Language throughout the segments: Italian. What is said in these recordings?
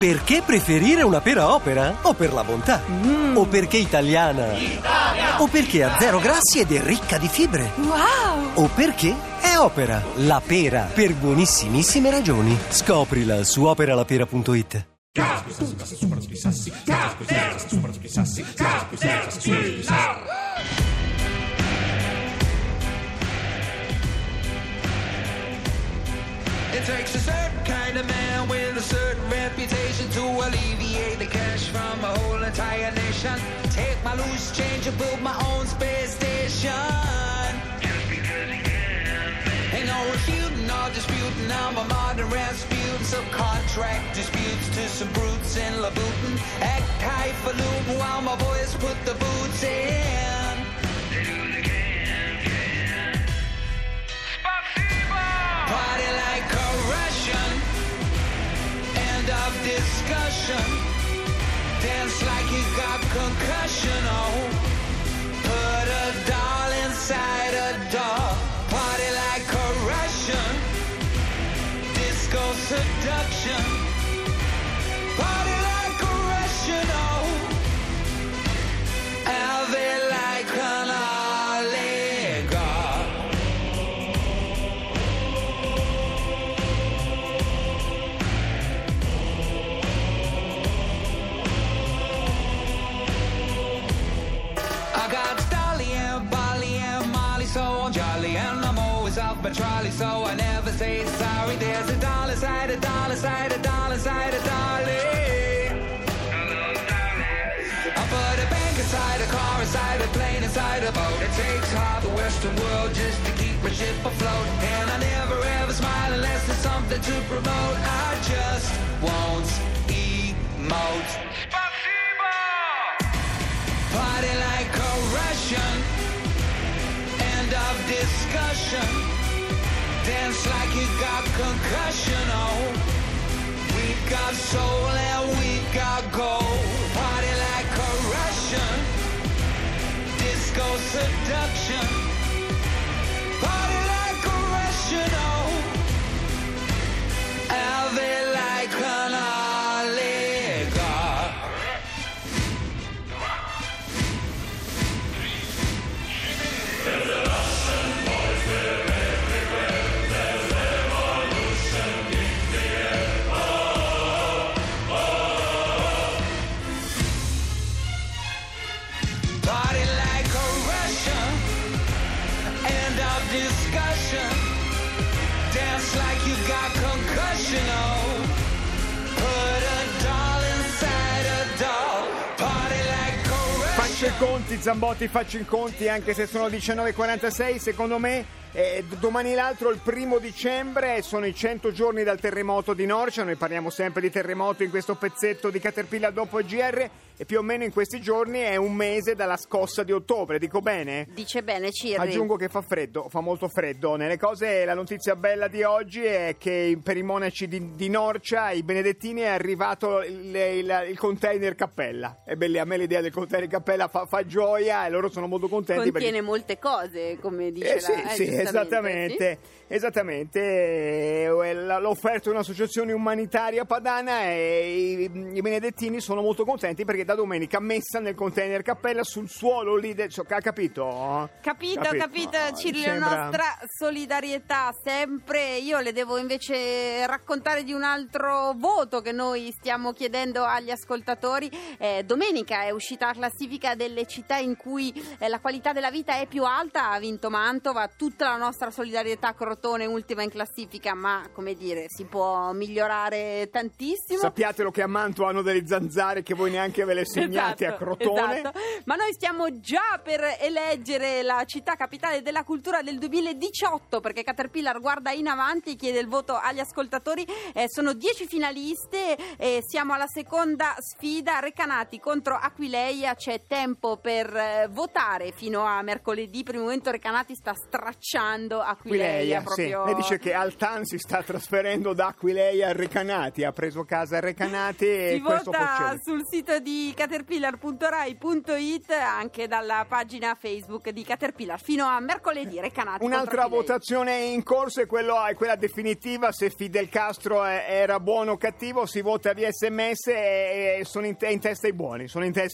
Perché preferire una pera Opera? O per la bontà? O perché italiana? O perché ha 0 grassi ed è ricca di fibre? Wow! O perché è Opera, la pera, per buonissimissime ragioni. Scoprila su operalapera.it. It takes a certain kind of man with a certain reputation to alleviate the cash from a whole entire nation. Take my loose change and build my own space station. Just because he can. Ain't no refuting or disputing. I'm a modern Rasputin. Subcontract disputes to some brutes in Louboutin. Act highfalutin while my boys put the boots in. They do the can. Party like a Russian. End of discussion. Dance like you got concussion. Oh, put a doll inside a doll. Party like a Russian. Disco seduction. Party like a Russian. Oh, have it like an oligarch. I got Dolly and Bolly and Molly, so I'm jolly, and I'm always off my trolley, so I never say sorry. There's a dollar side, a dollar side, a dollar side, a dolly. I put a bank inside a car, inside a plane, inside a boat. It takes half the Western world just to keep my ship afloat, and I never ever smile unless there's something to promote. I just won't emote. Party like a Russian. End of discussion. Dance like you got concussion. Oh, we got soul and we got gold. Party like a Russian. Disco seduction. Party like a Russian. Oh, have it like an oligarch. Party like a Russian. End of discussion. Dance like you got concussion. Oh, put a doll inside a doll. Party like a Russian. Faccio i conti, Zambotti, faccio i conti, anche se sono 19:46, secondo me domani l'altro, il 1° dicembre, sono i 100 giorni dal terremoto di Norcia. Noi parliamo sempre di terremoto in questo pezzetto di Caterpillar dopo il GR, e più o meno in questi giorni è un mese dalla scossa di ottobre, dico bene? Dice bene, Cirri. Aggiungo che fa freddo, fa molto freddo. Nelle cose, la notizia bella di oggi è che per i monaci di Norcia, i benedettini, è arrivato il container cappella. È bella, a me l'idea del container cappella fa gioia, e loro sono molto contenti. Contiene molte cose, come dice sì, esattamente. L'ha offerto un'associazione umanitaria padana, e i benedettini sono molto contenti perché da domenica messa nel container cappella sul suolo lì ha capito? Capito, Cirri, sembra... la nostra solidarietà sempre. Io le devo invece raccontare di un altro voto che noi stiamo chiedendo agli ascoltatori. Domenica è uscita la classifica delle città in cui la qualità della vita è più alta. Ha vinto Mantova, tutta la nostra solidarietà a Crotone, ultima in classifica, ma come dire, si può migliorare tantissimo. Sappiatelo che a Mantova hanno delle zanzare che voi neanche ve le segnate, a Crotone. Esatto. Ma noi stiamo già per eleggere la città capitale della cultura del 2018, perché Caterpillar guarda in avanti e chiede il voto agli ascoltatori. Sono 10 finaliste e siamo alla seconda sfida. Recanati contro Aquileia, c'è tempo per votare fino a mercoledì. Per il momento Recanati sta stracciando citando Aquileia proprio. Sì. E dice che Altan si sta trasferendo da Aquileia a Recanati, ha preso casa a Recanati e Si questo vota procede. sul sito di caterpillar.rai.it, anche dalla pagina Facebook di Caterpillar, fino a mercoledì. Recanati Un'altra contro Aquileia. votazione in corso è quella definitiva, se Fidel Castro era buono o cattivo. Si vota via SMS e sono in testa i buoni,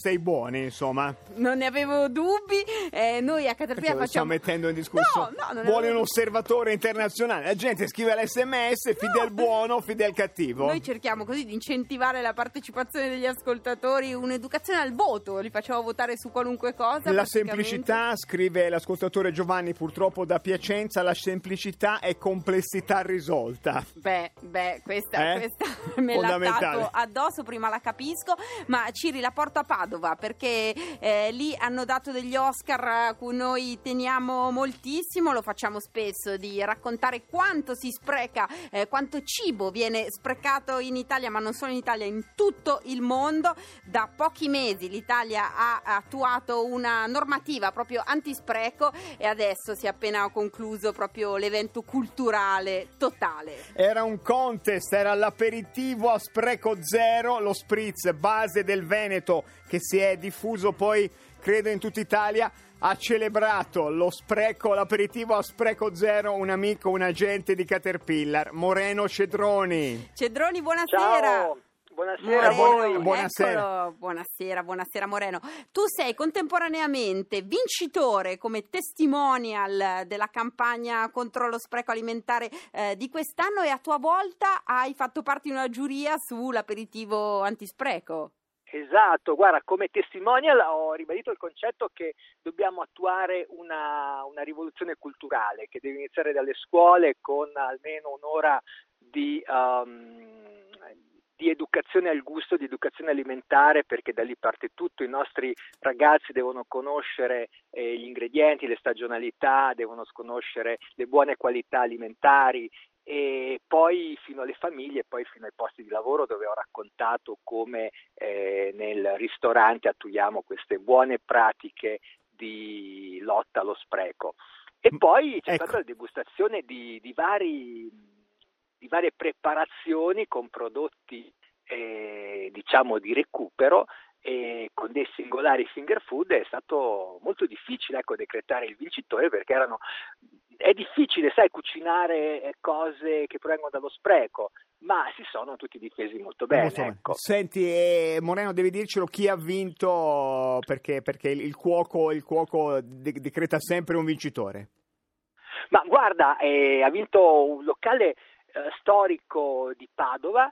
insomma. Non ne avevo dubbi, noi a Caterpillar Lo sto facciamo... mettendo in discussione. No, non Vuole un avevo- osservatore internazionale. La gente scrive l'SMS, Fidel buono, Fidel cattivo. Noi cerchiamo così di incentivare la partecipazione degli ascoltatori, un'educazione al voto, li facciamo votare su qualunque cosa. La praticamente. semplicità, scrive l'ascoltatore Giovanni, purtroppo da Piacenza, la semplicità è complessità risolta. Beh, questa me l'ha Fondamentale. dato addosso, prima la capisco, ma Ciri, la porto a Padova perché lì hanno dato degli Oscar a cui noi teniamo moltissimo, lo facciamo spesso, di raccontare quanto si spreca, quanto cibo viene sprecato in Italia, ma non solo in Italia, in tutto il mondo. Da pochi mesi l'Italia ha attuato una normativa proprio antispreco e adesso si è appena concluso proprio l'evento culturale totale. Era un contest, era l'aperitivo a spreco zero, lo spritz base del Veneto che si è diffuso poi credo in tutta Italia. Ha celebrato l'aperitivo a spreco zero un amico, un agente di Caterpillar, Moreno Cedroni. Cedroni, buonasera. Ciao, buonasera a Moreno, voi. Buonasera. Eccolo. Buonasera Moreno. Tu sei contemporaneamente vincitore come testimonial della campagna contro lo spreco alimentare di quest'anno e a tua volta hai fatto parte di una giuria sull'aperitivo antispreco. Esatto, guarda, come testimonial ho ribadito il concetto che dobbiamo attuare una rivoluzione culturale che deve iniziare dalle scuole con almeno un'ora di educazione al gusto, di educazione alimentare, perché da lì parte tutto. I nostri ragazzi devono conoscere gli ingredienti, le stagionalità, devono conoscere le buone qualità alimentari, e poi fino alle famiglie e poi fino ai posti di lavoro, dove ho raccontato come nel ristorante attuiamo queste buone pratiche di lotta allo spreco. E poi c'è stata la degustazione di varie preparazioni con prodotti diciamo di recupero, e con dei singolari finger food. È stato molto difficile decretare il vincitore, perché è difficile, sai, cucinare cose che provengono dallo spreco, ma si sono tutti difesi molto bene. Ecco. Senti, Moreno, devi dircelo chi ha vinto, perché il cuoco decreta sempre un vincitore. Ma guarda, ha vinto un locale storico di Padova,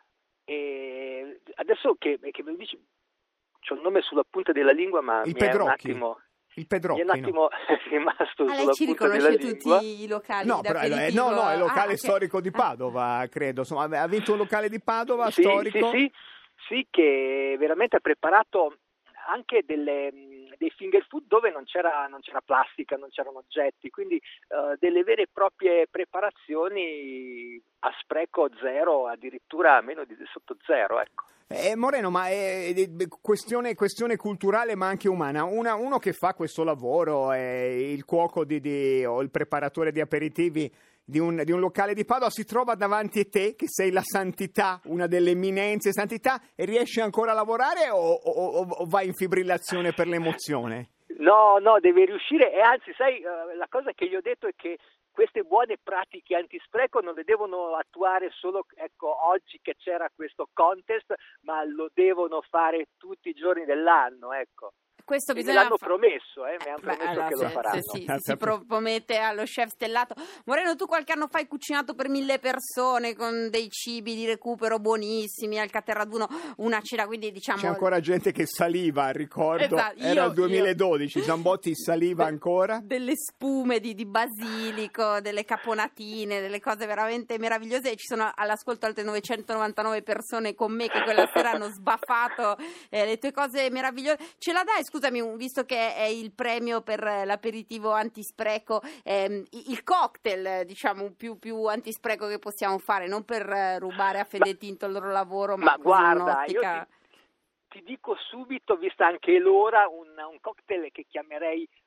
e adesso che me lo dici, c'ho il nome sulla punta della lingua, ma Il mi è un Pedrocchi. attimo... Il Pedrocchi, Mi è un attimo rimasto Lei sulla ci punta della riconosce lingua. tutti i locali No, da però, aperitivo? no, è il locale ok. storico di Padova, credo. Insomma, ha vinto un locale di Padova Sì, storico. sì, che veramente ha preparato anche dei finger food dove non c'era plastica, non c'erano oggetti, quindi delle vere e proprie preparazioni a spreco zero, addirittura meno di sotto zero, ecco. Moreno, ma è questione culturale ma anche umana. Uno che fa questo lavoro, il cuoco o il preparatore di aperitivi di un locale di Padova, si trova davanti a te che sei la santità, una delle eminenze santità, e riesce ancora a lavorare o vai in fibrillazione per l'emozione? No, deve riuscire, e anzi, sai, la cosa che gli ho detto è che queste buone pratiche antispreco non le devono attuare solo oggi che c'era questo contest, ma lo devono fare tutti i giorni dell'anno, ecco. Questo E me bisogna l'hanno promesso, mi hanno promesso allora, che lo faranno. si promette allo chef stellato. Moreno, tu qualche anno fa hai cucinato per 1000 persone con dei cibi di recupero buonissimi al Caterraduno, una cena, quindi diciamo... C'è ancora gente che saliva, ricordo, Esatto, era il 2012, Zambotti saliva ancora. Delle spume di basilico, delle caponatine, delle cose veramente meravigliose, e ci sono all'ascolto altre 999 persone con me che quella sera hanno sbaffato le tue cose meravigliose. Ce la dai, scusami, visto che è il premio per l'aperitivo antispreco, il cocktail, diciamo, più antispreco che possiamo fare, non per rubare a Fedetinto il loro lavoro, ma guarda, un'ottica... io ti dico subito, vista anche l'ora, un cocktail che chiamerei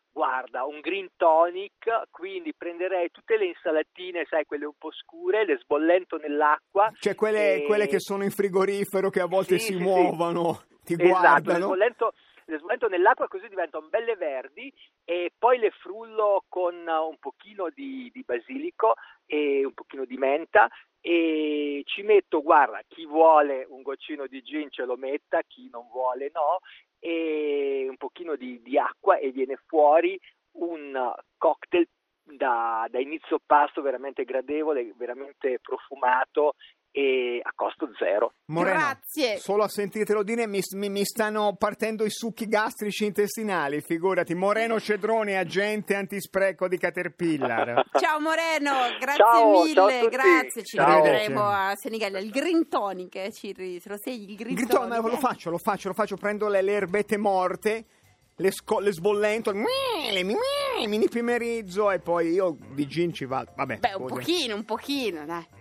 Guarda, un green tonic, quindi prenderei tutte le insalatine, sai, quelle un po' scure, le sbollento nell'acqua. Cioè quelle che sono in frigorifero, che a volte si muovono, ti guardano. Le sbollento nell'acqua, così diventano belle verdi, e poi le frullo con un pochino di basilico e un pochino di menta, e ci metto, guarda, chi vuole un goccino di gin ce lo metta, chi non vuole no, e un pochino di acqua, e viene fuori un cocktail da inizio pasto veramente gradevole, veramente profumato e a costo zero. Moreno, grazie. Solo a sentirtelo dire mi stanno partendo i succhi gastrici intestinali, figurati. Moreno Cedroni, agente antispreco di Caterpillar. Ciao Moreno, grazie mille, ciao a tutti. grazie, ci Ciao. rivedremo a Senigallia. Il green tonic, se lo sei, il green tonic. Lo faccio, prendo le erbette morte, le sbollento, mi nipimerizzo, e poi io di gin ci vado. Vabbè, Beh, un pochino, dai.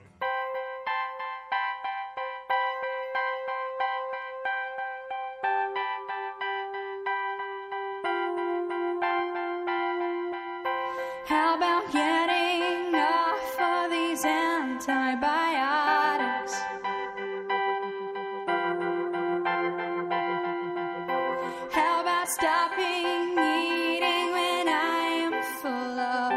How about getting off of these antibiotics? How about stopping eating when I am full of?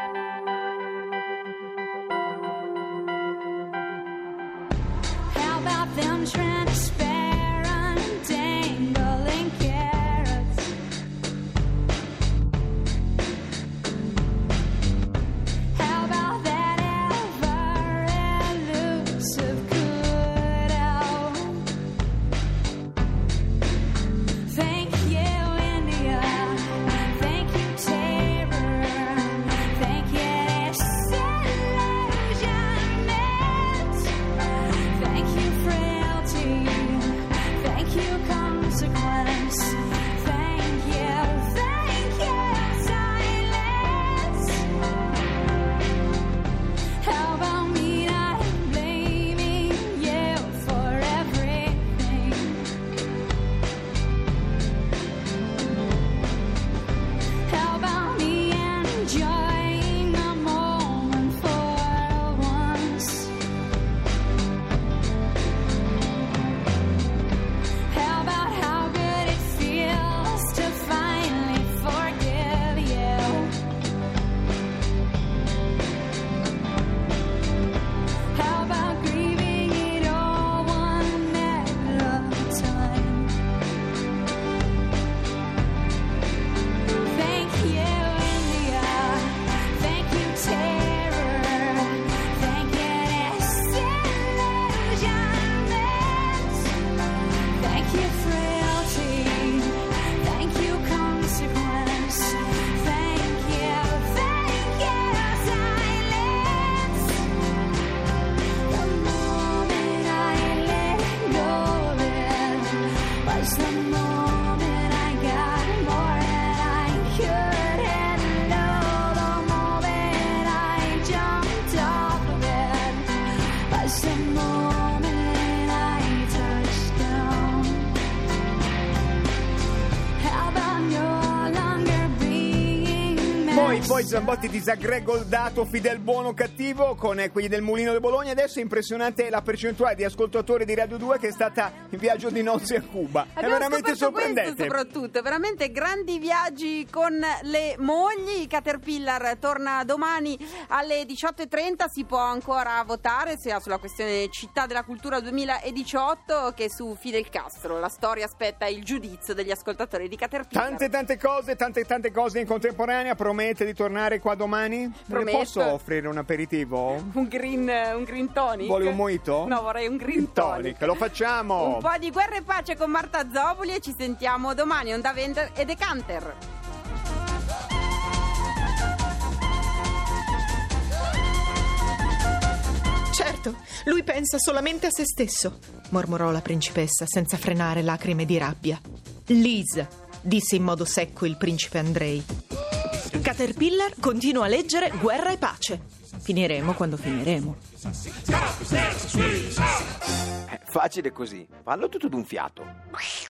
How about them transparent dangling carrots? How about that ever-elusive cutout? Thank you, India. Thank you, terror. Thank you, disillusionment. Thank you, frailty. Thank you, consequence. Thank you, silence. How about me not blaming you for everything? How about me enjoying the moment for once? How about how good it feels to finally forgive you? How about grieving it all one at a time? Thank you, India. Thank you, terror. Thank you, disillusionment. Thank you, frailty. Thank you, consequence. Thank you, silence. The moment I let go of it was the moment I got more than I could handle. The moment I jumped off of it was the moment I touched down. How about no longer being Poi Zambotti disaggrego il dato Fidel buono o cattivo con quelli del Mulino di Bologna. Adesso è impressionante la percentuale di ascoltatori di Radio 2 che è stata in viaggio di nozze a Cuba. È veramente sorprendente. Questo soprattutto, veramente grandi viaggi con le mogli. Caterpillar torna domani alle 18:30, si può ancora votare sia sulla questione Città della Cultura 2018 che su Fidel Castro. La storia aspetta il giudizio degli ascoltatori di Caterpillar. Tante cose in contemporanea. Promette di tornare qua domani? Prometto. Le posso offrire un aperitivo? Un green tonic? Vuole un mojito? No, vorrei un green tonic. Lo facciamo. Un po' di guerra e pace con Marta Zoboli e ci sentiamo domani. Onda Vender e Decanter. Certo, lui pensa solamente a se stesso, mormorò la principessa senza frenare lacrime di rabbia. Lise, disse in modo secco il principe Andrei. Caterpillar continua a leggere Guerra e pace. Finiremo quando finiremo. Facile così, fallo tutto d'un fiato.